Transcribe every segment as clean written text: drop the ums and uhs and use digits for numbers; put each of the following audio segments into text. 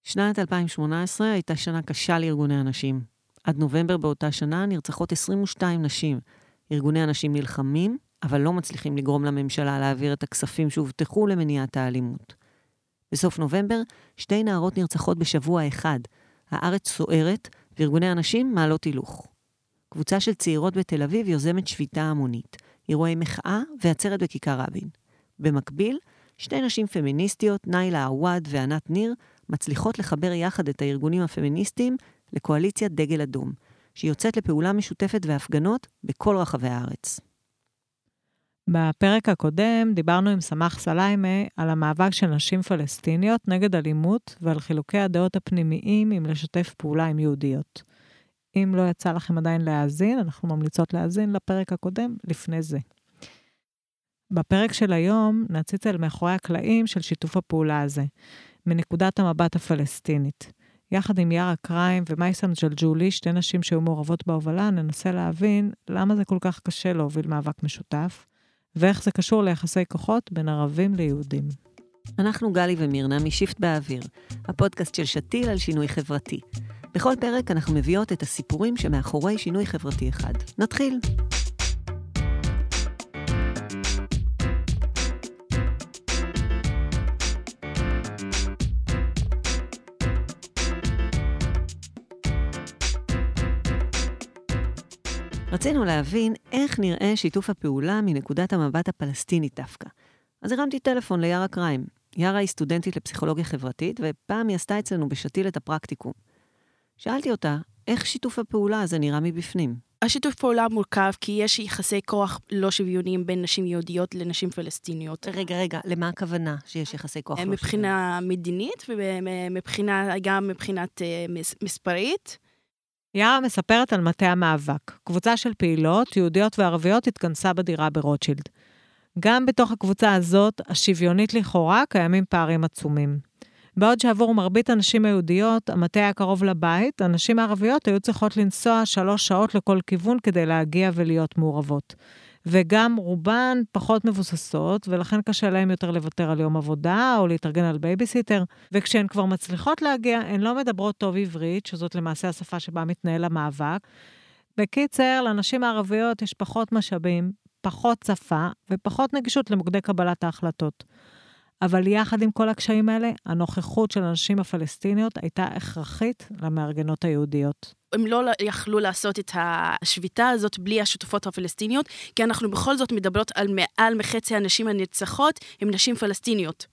שנת 2018 הייתה שנה קשה לארגוני הנשים. עד נובמבר באותה שנה נרצחות 22 נשים. ארגוני הנשים נלחמים, אבל לא מצליחים לגרום לממשלה להעביר את הכספים שהובטחו למניעת האלימות. בסוף נובמבר, 2 נערות נרצחות בשבוע אחד. הארץ סוערת, וארגוני הנשים מעלות הילוך. קבוצה של צעירות בתל אביב יוזמת שביתה המונית, אירועי מחאה ועצרת בכיכר רבין. במקביל, 2 נשים פמיניסטיות, ניילה עווד וענת ניר, מצליחות לחבר יחד את הארגונים הפמיניסטיים לקואליציית דגל אדום, שיוצאת לפעולה משותפת והפגנות בכל רחבי הארץ. בפרק הקודם דיברנו עם סמח סליימה על המאבק של נשים פלסטיניות נגד אלימות ועל חילוקי הדעות הפנימיים אם לשתף פעולה עם יהודיות. אם לא יצא לכם עדיין להאזין, אנחנו ממליצות להאזין לפרק הקודם לפני זה. בפרק של היום נציץ אל מאחורי הקלעים של שיתוף הפעולה הזה, מנקודת המבט הפלסטינית. יחד עם יארה קריים ומייסם ג'לג'ולי, 2 נשים שהיו מעורבות בהובלה, ננסה להבין למה זה כל כך קשה להוביל מאבק משותף, ואיך זה קשור ליחסי כוחות בין ערבים ליהודים. אנחנו גלי ומירנה משיפט באוויר, הפודקאסט של שתיל על שינוי חברתי. בכל פרק אנחנו מביאות את הסיפורים שמאחורי שינוי חברתי אחד. נתחיל! רצינו להבין איך נראה שיתוף הפעולה מנקודת המבט הפלסטינית דווקא. אז הרמתי טלפון ליארה קריים. יארה היא סטודנטית לפסיכולוגיה חברתית, ופעם היא עשתה אצלנו בשתיל את הפרקטיקום. שאלתי אותה, איך שיתוף הפעולה הזה נראה מבפנים? השיתוף פעולה מורכב כי יש יחסי כוח לא שוויוניים בין נשים יהודיות לנשים פלסטיניות. רגע, למה הכוונה שיש יחסי כוח לא שוויוניים? מבחינה מדינית וגם מבחינת מספרית. יארה מספרת על מטה המאבק. קבוצה של פעילות, יהודיות וערביות, התכנסה בדירה ברוטשילד. גם בתוך הקבוצה הזאת, השוויונית לכאורה, קיימים פערים עצומים. בעוד שעבור מרבית הנשים היהודיות, המטה היה קרוב לבית, הנשים הערביות היו צריכות לנסוע 3 שעות לכל כיוון כדי להגיע ולהיות מעורבות. וגם רובן פחות מבוססות, ולכן קשה להם יותר לוותר על יום עבודה, או להתארגן על בייביסיטר. וכשהן כבר מצליחות להגיע, הן לא מדברות טוב עברית, שזאת למעשה השפה שבה מתנהל המאבק. בקיצר, לנשים הערביות יש פחות משאבים, פחות שפה, ופחות נגישות למוקדי קבלת ההחלטות. אבל יחד עם כל הקשיים האלה, הנוכחות של הנשים הפלסטיניות הייתה הכרחית למארגנות היהודיות. הם לא יכלו לעשות את השביתה הזאת בלי השותפות הפלסטיניות, כי אנחנו בכל זאת מדברות על מעל מחצי הנשים הנרצחות, הן נשים פלסטיניות.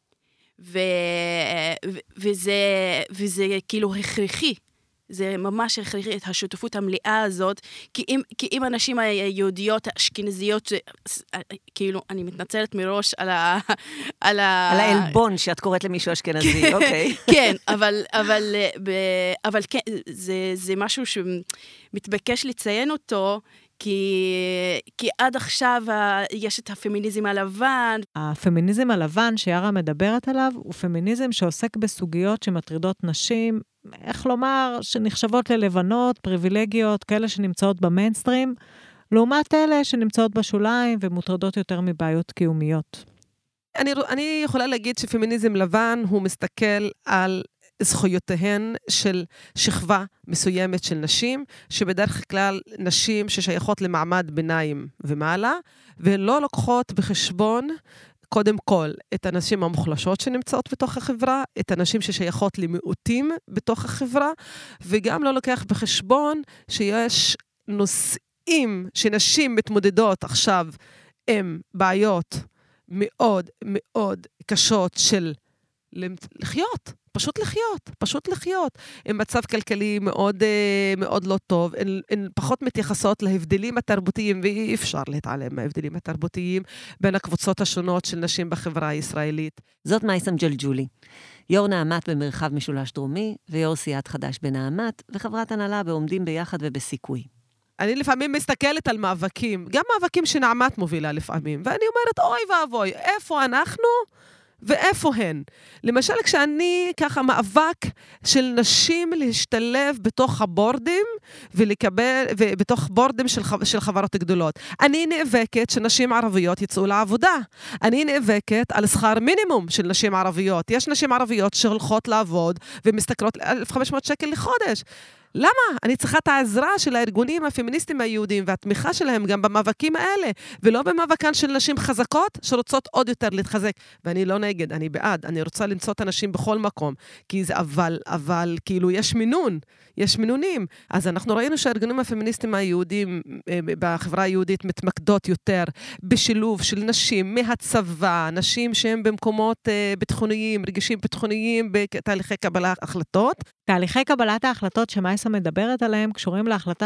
וזה כאילו הכרחי. זה ממש הכרחי את השותפות המלאה הזאת, כי אם הנשים היהודיות האשכנזיות, כאילו, אני מתנצלת מראש על העלבון שאת קוראת למישהו אשכנזי, אוקיי. כן, אבל כן, זה משהו שמתבקש לציין אותו, כי עד עכשיו יש את הפמיניזם הלבן. הפמיניזם הלבן שיארה מדברת עליו, הוא פמיניזם שעוסק בסוגיות שמטרידות נשים, איך לומר, שנחשבות ללבנות, פריבילגיות, כאלה שנמצאות במיינסטרים, לעומת אלה שנמצאות בשוליים ומוטרדות יותר מבעיות קיומיות. אני יכולה להגיד שפמיניזם לבן הוא מסתכל על זכויותיהן של שכבה מסוימת של נשים, שבדרך כלל נשים ששייכות למעמד ביניים ומעלה, והן לא לוקחות בחשבון קודם כל את הנשים המוחלשות שנמצאות בתוך החברה, את הנשים ששייכות למיעוטים בתוך החברה, וגם לא לוקח בחשבון שיש נושאים שנשים מתמודדות עכשיו עם בעיות מאוד מאוד קשות של לחיות. פשוט לחיות. עם מצב כלכלי מאוד, מאוד לא טוב, הן פחות מתייחסות להבדלים התרבותיים, ואי אפשר להתעלם מההבדלים התרבותיים בין הקבוצות השונות של נשים בחברה הישראלית. זאת מייסם ג'לג'ולי, יו"ר נעמת במרחב משולש דרומי, ויו"ר סיעת חדש בנעמת, וחברת הנהלה בעומדים ביחד ובסיכוי. אני לפעמים מסתכלת על מאבקים, גם מאבקים שנעמת מובילה לפעמים, ואני אומרת, אוי ואבוי, איפה אנחנו? ואיפה הן? למשל, כשאני ככה מאבק של נשים להשתלב בתוך הבורדים ובתוך בורדים של חברות גדולות. אני נאבקת שנשים ערביות יצאו לעבודה. אני נאבקת על שכר מינימום של נשים ערביות. יש נשים ערביות שהולכות לעבוד ומשתכרות 1,500 שקל לחודש. למה? אני צריכה את העזרה של הארגונים הפמיניסטיים היהודים והתמיכה שלהם גם במאבקים האלה, ולא במאבקן של נשים חזקות שרוצות עוד יותר להתחזק. ואני לא נגד, אני בעד. אני רוצה למצוא את הנשים בכל מקום, כי זה אבל כאילו יש מינון, יש מינונים. אז אנחנו ראינו שהארגונים הפמיניסטיים היהודים בחברה היהודית מתמקדות יותר בשילוב של נשים מהצבא, נשים שהן במקומות ביטחוניים, רגישים ביטחוניים בתהליכי קבלת החלטות. תהליכי קבלת ההחלטות שמייסה מדברת עליהם קשורים להחלטה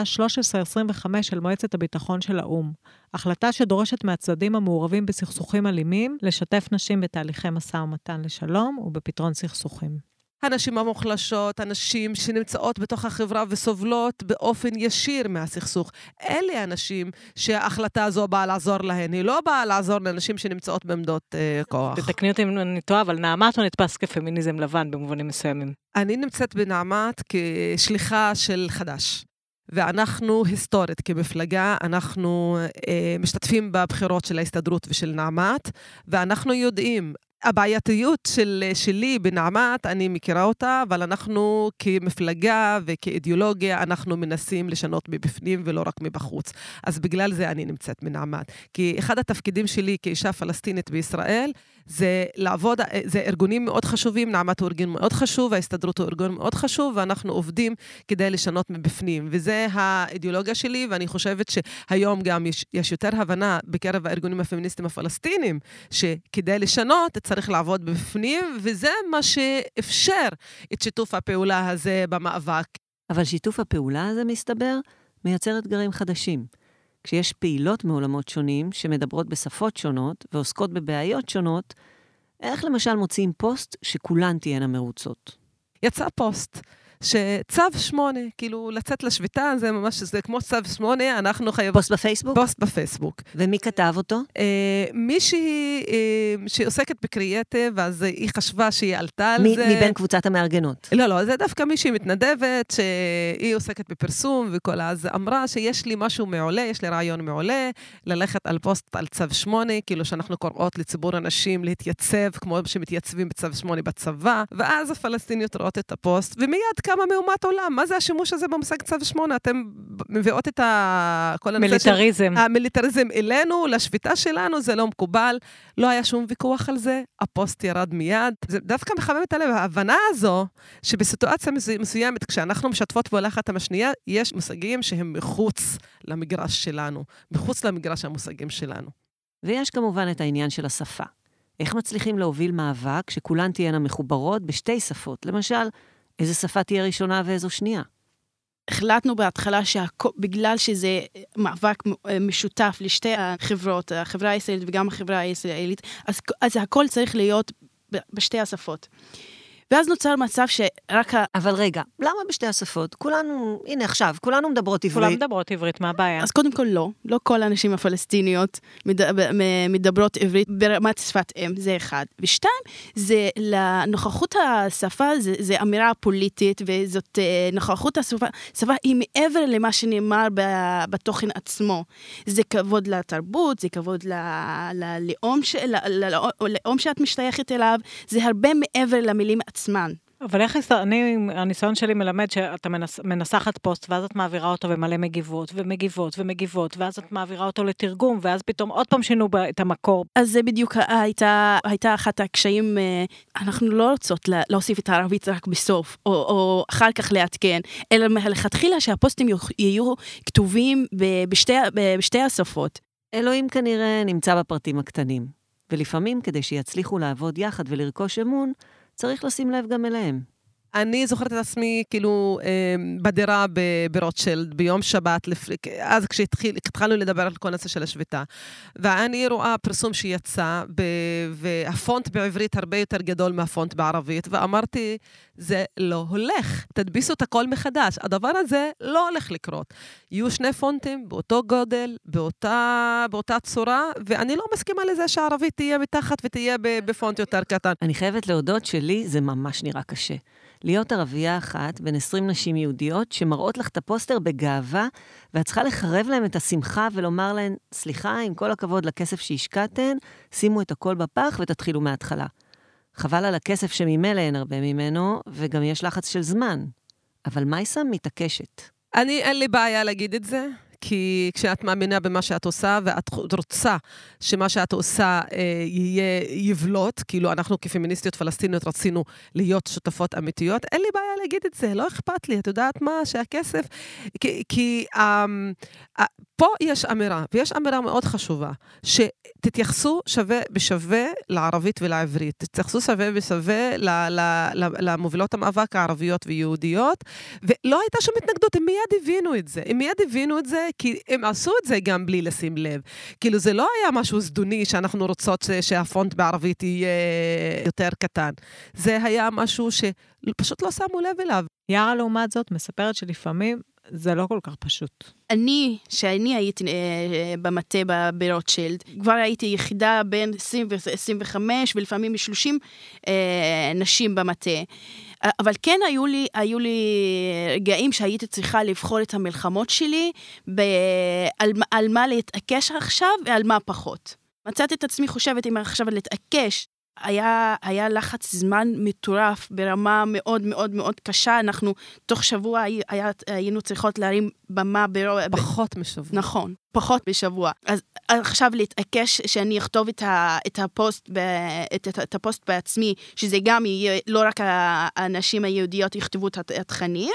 1325 של מועצת הביטחון של האו"ם. החלטה שדורשת מהצדדים המעורבים בסכסוכים אלימים לשתף נשים בתהליכי משא ומתן לשלום ובפתרון סכסוכים. הנשים המוחלשות, הנשים שנמצאות בתוך החברה וסובלות באופן ישיר מהסכסוך. אלה האנשים שההחלטה הזו באה לעזור להן. היא לא באה לעזור לאנשים שנמצאות בעמדות כוח. תתקני אותי אם אני טועה, אבל נעמת לא נתפס כפמיניזם לבן במובנים מסוימים. אני נמצאת בנעמת כשליחה של חדש. ואנחנו היסטורית כמפלגה, אנחנו משתתפים בבחירות של ההסתדרות ושל נעמת, ואנחנו יודעים, הבעייתיות שלי בנעמת, אני מכירה אותה, אבל אנחנו כמפלגה וכאידיאולוגיה, אנחנו מנסים לשנות מבפנים ולא רק מבחוץ. אז בגלל זה אני נמצאת בנעמת. כי אחד התפקידים שלי כאישה פלסטינית בישראל, זה לעבוד, זה ארגונים מאוד חשובים, נעמת הוא ארגון מאוד חשוב, ההסתדרות הוא ארגון מאוד חשוב, ואנחנו עובדים כדי לשנות מבפנים. וזה האידיאולוגיה שלי, ואני חושבת שהיום גם יש יותר הבנה בקרב הארגונים הפמיניסטיים הפלסטינים, שכדי לשנות צריך לעבוד בפנים, וזה מה שאפשר את שיתוף הפעולה הזה במאבק. אבל שיתוף הפעולה הזה, מסתבר, מייצר אתגרים חדשים. כשיש פעילות מעולמות שונים שמדברות בשפות שונות ועוסקות בבעיות שונות, איך למשל מוציאים פוסט שכולן תהיינה מרוצות? יצא פוסט שצו 8, כאילו לצאת לשביתה, זה ממש, זה כמו צו 8, אנחנו חייבים... פוסט בפייסבוק? פוסט בפייסבוק. ומי כתב אותו? מישהי שעוסקת בקריאטיב, אז היא חשבה שהיא עלתה על זה. מבין קבוצת המארגנות? לא, זה דווקא מישהי מתנדבת, שהיא עוסקת בפרסום וכל, אז אמרה שיש לי משהו מעולה, יש לי רעיון מעולה, ללכת על פוסט על צו 8, כאילו שאנחנו קוראות לציבור אנשים להתייצב, כמו שמתייצבים בצו 8 בצבא, ואז הפלסטיניות רואות את הפוסט, ומיד כמה מהומת עולם. מה זה השימוש הזה במושג צו 8? אתם מביאות את כל מיליטריזם. המיליטריזם אלינו, לשביתה שלנו, זה לא מקובל. לא היה שום ויכוח על זה. הפוסט ירד מיד. זה דווקא מחמם את הלב. ההבנה הזו, שבסיטואציה מסוימת, כשאנחנו משתפות פעולה אחת עם השנייה, יש מושגים שהם מחוץ למגרש שלנו. מחוץ למגרש המושגים שלנו. ויש כמובן את העניין של השפה. איך מצליחים להוביל מאבק שכולן תהיינה מחוברות בשתי שפות? למשל, איזה שפה תהיה ראשונה ואיזו שנייה? החלטנו בהתחלה בגלל שזה מאבק משותף לשתי החברות, החברה הישראלית וגם החברה הישראלית, אז הכל צריך להיות בשתי השפות. ואז נוצר מצב שרק אבל רגע, למה בשתי השפות? כולנו, הנה עכשיו, כולנו מדברות עברית. כולם מדברות עברית, מה הבעיה? אז קודם כל לא כל הנשים הפלסטיניות מדברות עברית ברמת שפת אם, זה אחד. ושתיים, זה לנוכחות השפה, זה אמירה פוליטית, וזאת נוכחות השפה היא מעבר למה שנאמר בתוכן עצמו. זה כבוד לתרבות, זה כבוד ללאום שאת משתייכת אליו, זה הרבה מעבר למילים עצמן. אבל איך הניסיון שלי מלמד שאתה מנסחת פוסט, ואז את מעבירה אותו ומלא מגיבות, ואז את מעבירה אותו לתרגום, ואז פתאום עוד פעם שינו את המקור. אז זה בדיוק הייתה אחת הקשיים, אנחנו לא רוצות להוסיף את הערבית רק בסוף, או אחר כך להתקן, אלא מלכתחילה שהפוסטים יהיו כתובים בשתי השפות. אלוהים כנראה נמצא בפרטים הקטנים, ולפעמים כדי שיצליחו לעבוד יחד ולרכוש אמון, צריך לשים לב גם אליהם. אני זוכרת את עצמי כאילו בדירה ברוטשילד, ביום שבת, אז כשהתחלנו לדבר על כל נושא של השביתה. ואני רואה פרסום שיצא, והפונט בעברית הרבה יותר גדול מהפונט בערבית, ואמרתי, זה לא הולך, תדביסו את הכל מחדש. הדבר הזה לא הולך לקרות. יהיו שני פונטים באותו גודל, באותה צורה, ואני לא מסכימה לזה שהערבית תהיה מתחת ותהיה בפונט יותר קטן. אני חייבת להודות שלי זה ממש נראה קשה. להיות ערבייה אחת בין 20 נשים יהודיות שמראות לך את הפוסטר בגאווה, ואת צריכה לחרב להם את השמחה ולומר להן, סליחה, עם כל הכבוד לכסף שהשקעתן, שימו את הכל בפח ותתחילו מההתחלה. חבל על הכסף שממילא אין הרבה ממנו, וגם יש לחץ של זמן. אבל מייסה מתעקשת. אין לי בעיה להגיד את זה, כי כשאת מאמינה במה שאת עושה, ואת רוצה שמה שאת עושה יהיה יבלוט, כאילו אנחנו כפמיניסטיות פלסטיניות רצינו להיות שותפות אמיתיות, אין לי בעיה להגיד את זה, לא אכפת לי, את יודעת מה, שהכסף, כי פה יש אמירה, ויש אמירה מאוד חשובה, שתתייחסו שווה בשווה לערבית ולעברית, תתייחסו שווה בשווה למובילות המאבק הערביות ויהודיות, ולא הייתה שום התנגדות, הם מיד הבינו את זה, כי הם עשו את זה גם בלי לשים לב. כאילו זה לא היה משהו זדוני שאנחנו רוצות שהפונט בערבית יהיה יותר קטן. זה היה משהו שפשוט לא שמו לב אליו. יארה לעומת זאת מספרת שלפעמים זה לא כל כך פשוט. כשאני הייתי במטה ברוטשילד, כבר הייתי יחידה בין 20 ו-25 ולפעמים 30 נשים במטה. אבל כן היו לי רגעים שהייתי צריכה לבחור את המלחמות שלי על מה להתעקש עכשיו ועל מה פחות. מצאתי את עצמי חושבת אם עכשיו להתעקש, היה לחץ זמן מטורף ברמה מאוד מאוד מאוד קשה. אנחנו תוך שבוע היינו צריכות להרים במה פחות משבוע. נכון, פחות בשבוע. אז עכשיו להתעקש שאני אכתוב את הפוסט בעצמי, שזה גם יהיה לא רק האנשים היהודיות יכתבו את התכנים,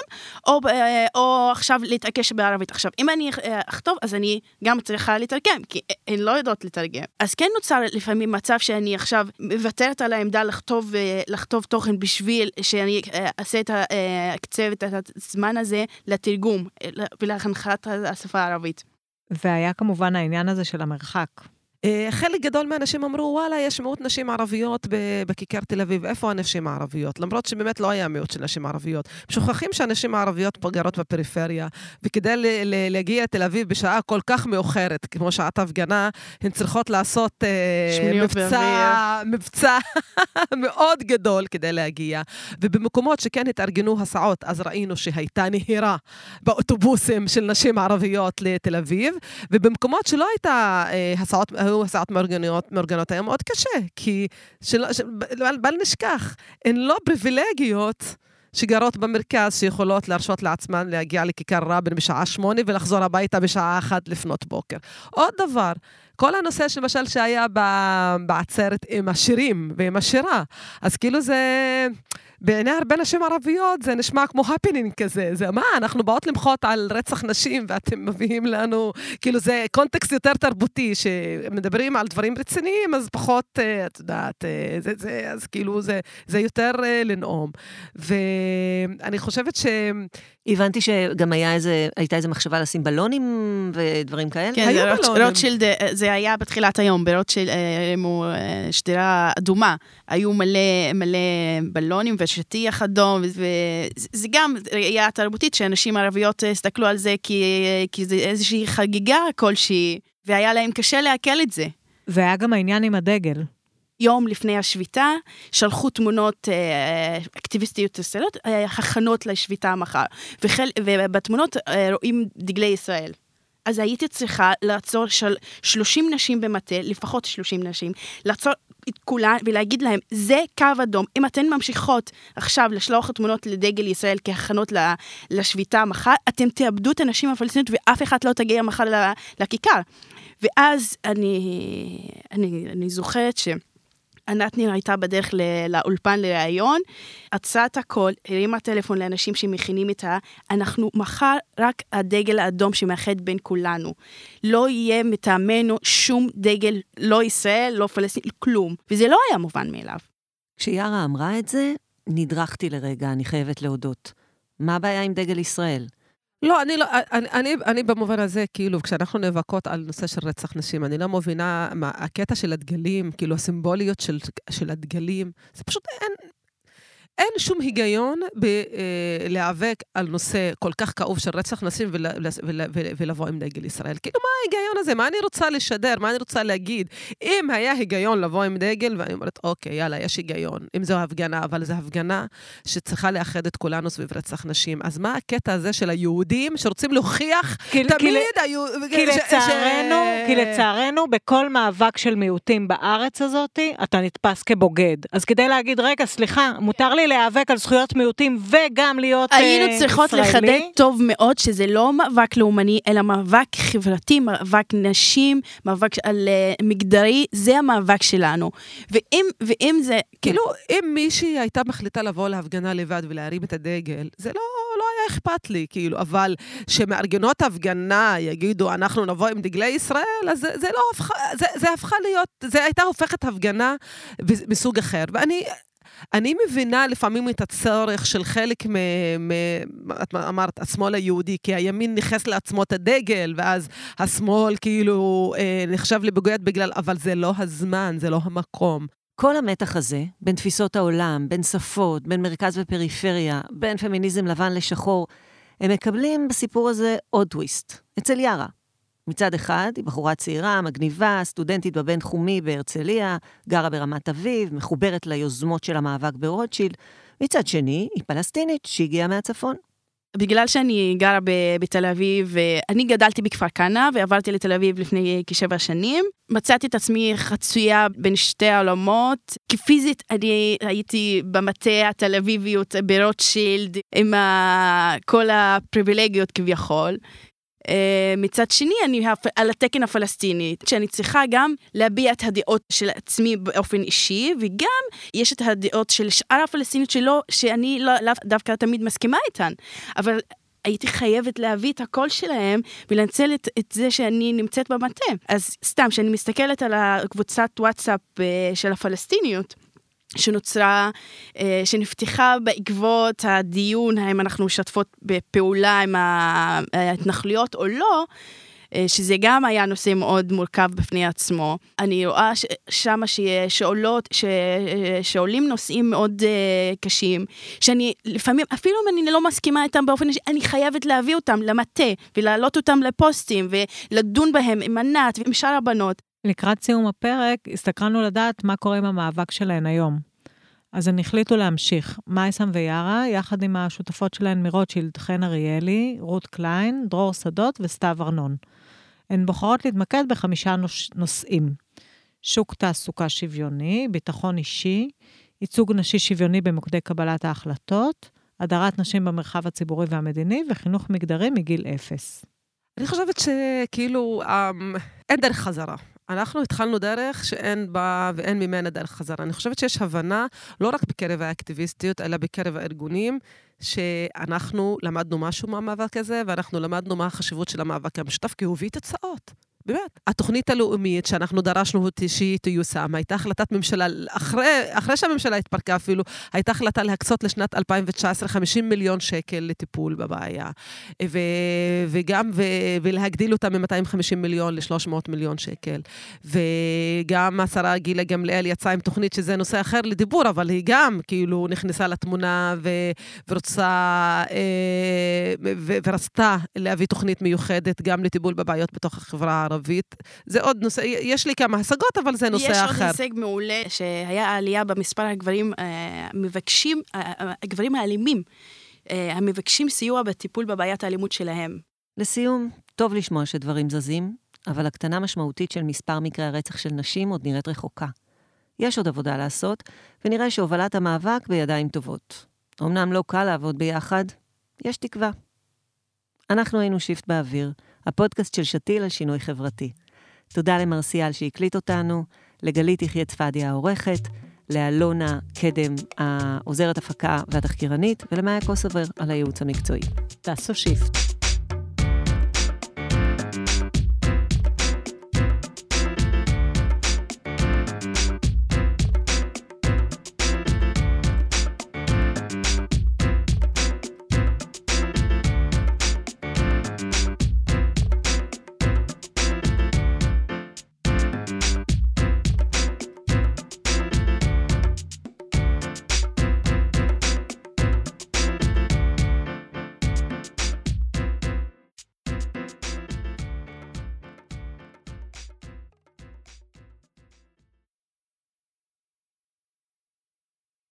או עכשיו להתעקש בערבית. עכשיו, אם אני אכתוב, אז אני גם צריכה לתרגם, כי הן לא יודעות לתרגם. אז כן נוצר לפעמים מצב שאני עכשיו מוותרת על העמדה לכתוב תוכן בשביל שאני אעשה אקצב את הזמן הזה לתרגום ולהנחת השפה הערבית. והיה כמובן העניין הזה של המרחק. חלק גדול מהאנשים אמרו, וואלה, יש מיעוט נשים ערביות בכיכר תל אביב. איפה הנשים הערביות? למרות שבאמת לא היה מיעוט של נשים ערביות. שוכחים שהנשים הערביות גרות בפריפריה, וכדי להגיע לתל אביב בשעה כל כך מאוחרת, כמו שעת הפגנה, הן צריכות לעשות מבצע מאוד גדול כדי להגיע. ובמקומות שכן התארגנו הסעות, אז ראינו שהייתה נהירה באוטובוסים של נשים ערביות לתל אביב, ובמקומות שלא הייתה הסעות מאורגנות היה מאוד קשה, כי בל נשכח, הן לא פריבילגיות שגרות במרכז שיכולות להרשות לעצמן להגיע לכיכר רבין בשעה 8 ולחזור הביתה בשעה 1 לפנות בוקר. עוד דבר, כל הנושא למשל שהיה בעצרת עם השירים ועם השירה, אז כאילו זה, בעיני הרבה נשים ערביות זה נשמע כמו הפנינג כזה, זה מה, אנחנו באות למחות על רצח נשים ואתם מביאים לנו, כאילו זה קונטקסט יותר תרבותי, שמדברים על דברים רציניים, אז פחות, את יודעת, אז כאילו זה יותר לנאום. ואני חושבת הבנתי שגם הייתה איזה מחשבה לשים בלונים ודברים כאלה. כן, רוטשילד, זה היה בתחילת היום, ברוטשילד, שדרה אדומה, היו מלא בלונים ושטיח אדום, וזה גם ראייה תרבותית, שאנשים ערביות הסתכלו על זה, כי זה איזושהי חגיגה כלשהי, והיה להם קשה להקל את זה. והיה גם העניין עם הדגל. יום לפני השביתה, שלחו תמונות אקטיביסטיות ישראליות, הכנות לשביתה מחר. ובתמונות רואים דגלי ישראל. אז הייתי צריכה לעצור 30 נשים במטה, לפחות 30 נשים, לעצור את כולן ולהגיד להם, זה קו אדום. אם אתן ממשיכות עכשיו לשלוח תמונות לדגל ישראל כהכנות לשביתה מחר, אתם תאבדו את הנשים הפלסטיניות ואף אחד לא תגיע מחר לכיכר. ואז אני זוכרת ענת ניר הייתה בדרך לאולפן לראיון, עצרה את הכל, הרימה טלפון לאנשים שמכינים איתה, אנחנו מחר רק הדגל האדום שמאחד בין כולנו. לא יהיה מטעמנו שום דגל, לא ישראל, לא פלסטין, כלום. וזה לא היה מובן מאליו. כשיארה אמרה את זה, נדרכתי לרגע, אני חייבת להודות. מה הבעיה עם דגל ישראל? לא, אני במובן הזה, כאילו, כשאנחנו נאבקות על נושא של רצח נשים, אני לא מבינה מה הקטע של הדגלים, כאילו, הסימבוליות של הדגלים, זה פשוט אין שום היגיון להיאבק על נושא כל כך כאוב של רצח נשים ולבוא עם דגל ישראל. כאילו, מה ההיגיון הזה? מה אני רוצה לשדר? מה אני רוצה להגיד? אם היה היגיון לבוא עם דגל, ואני אומרת, אוקיי, יאללה, יש היגיון. אם זו הפגנה, אבל זו הפגנה שצריכה לאחד את כולנו סביב רצח נשים. אז מה הקטע הזה של היהודים שרוצים להוכיח תמיד כי לצערנו, בכל מאבק של מיעוטים בארץ הזאת, אתה נתפס כבוגד. אז כדי להגיד, רגע, סליחה, מותר לי להיאבק על זכויות מיעוטים וגם להיות ישראלי. היינו צריכות לחדד טוב מאוד שזה לא מאבק לאומני, אלא מאבק חברתי, מאבק נשים, מאבק על מגדרי, זה המאבק שלנו. ואם זה... כאילו, אם מישהי הייתה מחליטה לבוא להפגנה לבד ולהרים את הדגל, זה לא היה אכפת לי, כאילו, אבל שמארגנות הפגנה יגידו, אנחנו נבוא עם דגלי ישראל, אז זה לא הפכה להיות, זה הייתה הופכת הפגנה מסוג אחר. אני מבינה לפעמים את הצורך של חלק את אמרת, השמאל היהודי, כי הימין נכנס לעצמו את הדגל, ואז השמאל כאילו נחשב לבוגד בגלל, אבל זה לא הזמן, זה לא המקום. כל המתח הזה, בין תפיסות העולם, בין שפות, בין מרכז ופריפריה, בין פמיניזם לבן לשחור, הם מקבלים בסיפור הזה עוד טוויסט, אצל יארה. מצד אחד, היא בחורה צעירה, מגניבה, סטודנטית בבינתחומי בהרצליה, גרה ברמת אביב, מחוברת ליוזמות של המאבק ברוטשילד. מצד שני, היא פלסטינית שהגיעה מהצפון. בגלל שאני גרה בתל אביב, אני גדלתי בכפר כנא ועברתי לתל אביב לפני כ7 שנים. מצאתי את עצמי חצויה בין שתי העולמות. כפיזית אני הייתי במטה התל אביביות ברוטשילד, עם כל הפריבילגיות כביכול. מצד שני, אני על התקן הפלסטיני, שאני צריכה גם להביע את הדעות של עצמי באופן אישי, וגם יש את הדעות של שאר הפלסטיניות שאני לא דווקא תמיד מסכימה איתן, אבל הייתי חייבת להביא את הקול שלהם, ולנצל את זה שאני נמצאת במטה. אז סתם, שאני מסתכלת על הקבוצת וואטסאפ של הפלסטיניות, שנוצרה, שנפתחה בעקבות הדיון, האם אנחנו משתפות בפעולה עם ההתנחלויות או לא, שזה גם היה נושא מאוד מורכב בפני עצמו. אני רואה שם שעולים נושאים מאוד קשים, שאני לפעמים, אפילו אם אני לא מסכימה איתם באופן אישי, אני חייבת להביא אותם למטה, ולהעלות אותם לפוסטים, ולדון בהם עם ענת ועם שאר הבנות. לקראת סיום הפרק, הסתקרנו לדעת מה קורה עם המאבק שלהן היום. אז הן החליטו להמשיך. מייסם ויארה, יחד עם השותפות שלהן מרוטשילד, חן אריאלי, רות קליין, דרור שדות וסתיו ארנון. הן בוחרות להתמקד ב5 נושאים. שוק תעסוקה שוויוני, ביטחון אישי, ייצוג נשי שוויוני במוקדי קבלת ההחלטות, הדרת נשים במרחב הציבורי והמדיני, וחינוך מגדרי מגיל 0. אני חושבת שכאילו אין דרך חזרה. אנחנו התחלנו דרך שאין בה ואין ממנה דרך חזרה. אני חושבת שיש הבנה, לא רק בקרב האקטיביסטיות, אלא בקרב הארגונים, שאנחנו למדנו משהו מהמאבק הזה, ואנחנו למדנו מה החשיבות של המאבק המשותף, כי הוא הביא תוצאות. באמת. התוכנית הלאומית שאנחנו דרשנו שהיא תיושם, הייתה החלטת ממשלה, אחרי שהממשלה התפרקה אפילו, הייתה החלטה להקצות לשנת 2019 50 מיליון שקל לטיפול בבעיה, וגם ולהגדיל אותה מ-250 מיליון ל-300 מיליון שקל. וגם השרה גילה גמליאל יצאה עם תוכנית שזה נושא אחר לדיבור, אבל היא גם כאילו נכנסה לתמונה ורצתה להביא תוכנית מיוחדת גם לטיפול בבעיות בתוך החברה הערבית. זה עוד נושא, יש לי כמה השגות, אבל זה נושא אחר. יש עוד הישג מעולה, שהיה העלייה במספר הגברים מבקשים, הגברים האלימים, המבקשים סיוע בטיפול בבעיית האלימות שלהם. לסיום, טוב לשמוע שדברים זזים, אבל הקטנה משמעותית של מספר מקרי הרצח של נשים עוד נראית רחוקה. יש עוד עבודה לעשות, ונראה שהובלת המאבק בידיים טובות. אמנם לא קל לעבוד ביחד, יש תקווה. אנחנו היינו שיפט באוויר, הפודקאסט של שתיל על שינוי חברתי. תודה למרסיאל שהקליט אותנו, לגלית יחיה צפדיה העורכת, לאלונה קדם העוזרת הפקה והתחקירנית, ולמאיה קוסובר על הייעוץ המקצועי. תעשו שיפט.